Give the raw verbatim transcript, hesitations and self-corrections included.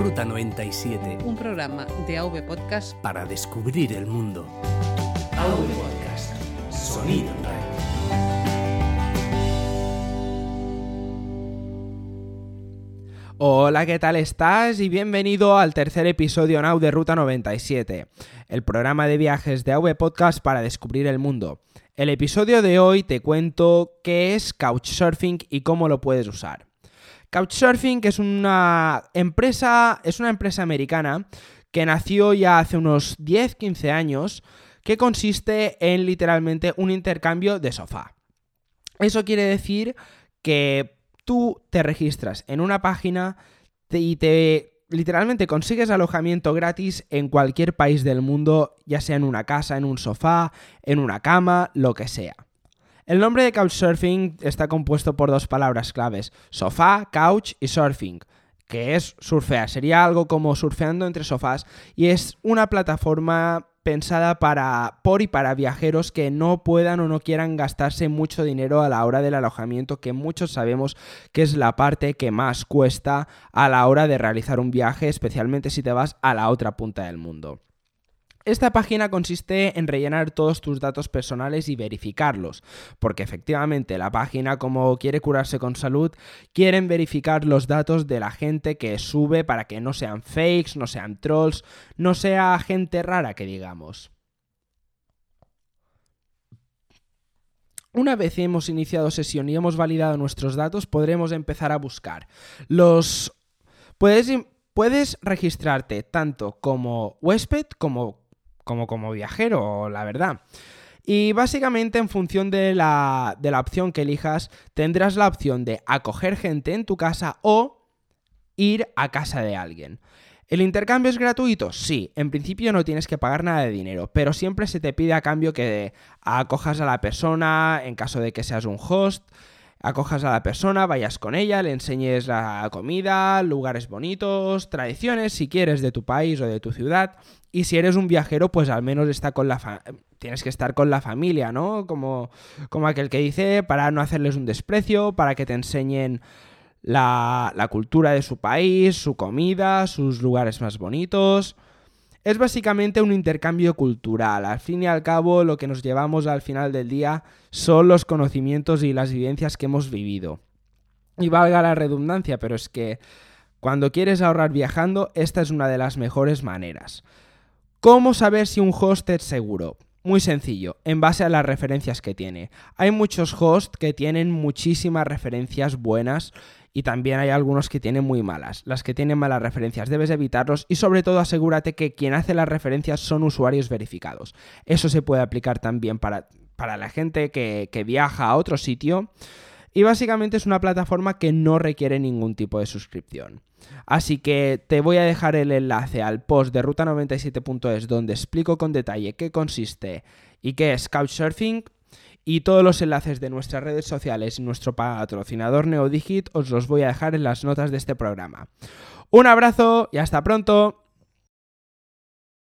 Ruta noventa y siete. Un programa de A V Podcast para descubrir el mundo. A V Podcast. Sonido en red. Hola, ¿qué tal estás? Y bienvenido al tercer episodio now de Ruta noventa y siete, el programa de viajes de A V Podcast para descubrir el mundo. El episodio de hoy te cuento qué es Couchsurfing y cómo lo puedes usar. Couchsurfing es una empresa, es una empresa americana que nació ya hace unos diez a quince años, que consiste en literalmente un intercambio de sofá. Eso quiere decir que tú te registras en una página y te literalmente consigues alojamiento gratis en cualquier país del mundo, ya sea en una casa, en un sofá, en una cama, lo que sea. El nombre de Couchsurfing está compuesto por dos palabras claves: sofá, couch y surfing, que es surfear. Sería algo como surfeando entre sofás, y es una plataforma pensada para, por y para viajeros que no puedan o no quieran gastarse mucho dinero a la hora del alojamiento, que muchos sabemos que es la parte que más cuesta a la hora de realizar un viaje, especialmente si te vas a la otra punta del mundo. Esta página consiste en rellenar todos tus datos personales y verificarlos, porque efectivamente la página, como quiere curarse con salud, quieren verificar los datos de la gente que sube para que no sean fakes, no sean trolls, no sea gente rara, que digamos. Una vez hemos iniciado sesión y hemos validado nuestros datos, podremos empezar a buscar. Los puedes, puedes registrarte tanto como huésped como Como, como viajero, la verdad. Y básicamente, en función de la, de la opción que elijas, tendrás la opción de acoger gente en tu casa o ir a casa de alguien. ¿El intercambio es gratuito? Sí, en principio no tienes que pagar nada de dinero, pero siempre se te pide a cambio que acojas a la persona en caso de que seas un host. Acojas a la persona, vayas con ella, le enseñes la comida, lugares bonitos, tradiciones, si quieres, de tu país o de tu ciudad. Y si eres un viajero, pues al menos está con la fa- tienes que estar con la familia, ¿no? Como, como aquel que dice, para no hacerles un desprecio, para que te enseñen la, la cultura de su país, su comida, sus lugares más bonitos. Es básicamente un intercambio cultural. Al fin y al cabo, lo que nos llevamos al final del día son los conocimientos y las vivencias que hemos vivido. Y valga la redundancia, pero es que cuando quieres ahorrar viajando, esta es una de las mejores maneras. ¿Cómo saber si un host es seguro? Muy sencillo, en base a las referencias que tiene. Hay muchos hosts que tienen muchísimas referencias buenas y también hay algunos que tienen muy malas. Las que tienen malas referencias debes evitarlos y sobre todo asegúrate que quien hace las referencias son usuarios verificados. Eso se puede aplicar también para, para la gente que, que viaja a otro sitio. Y básicamente es una plataforma que no requiere ningún tipo de suscripción. Así que te voy a dejar el enlace al post de ruta noventa y siete punto es donde explico con detalle qué consiste y qué es Couchsurfing, y todos los enlaces de nuestras redes sociales y nuestro patrocinador Neodigit os los voy a dejar en las notas de este programa. Un abrazo y hasta pronto.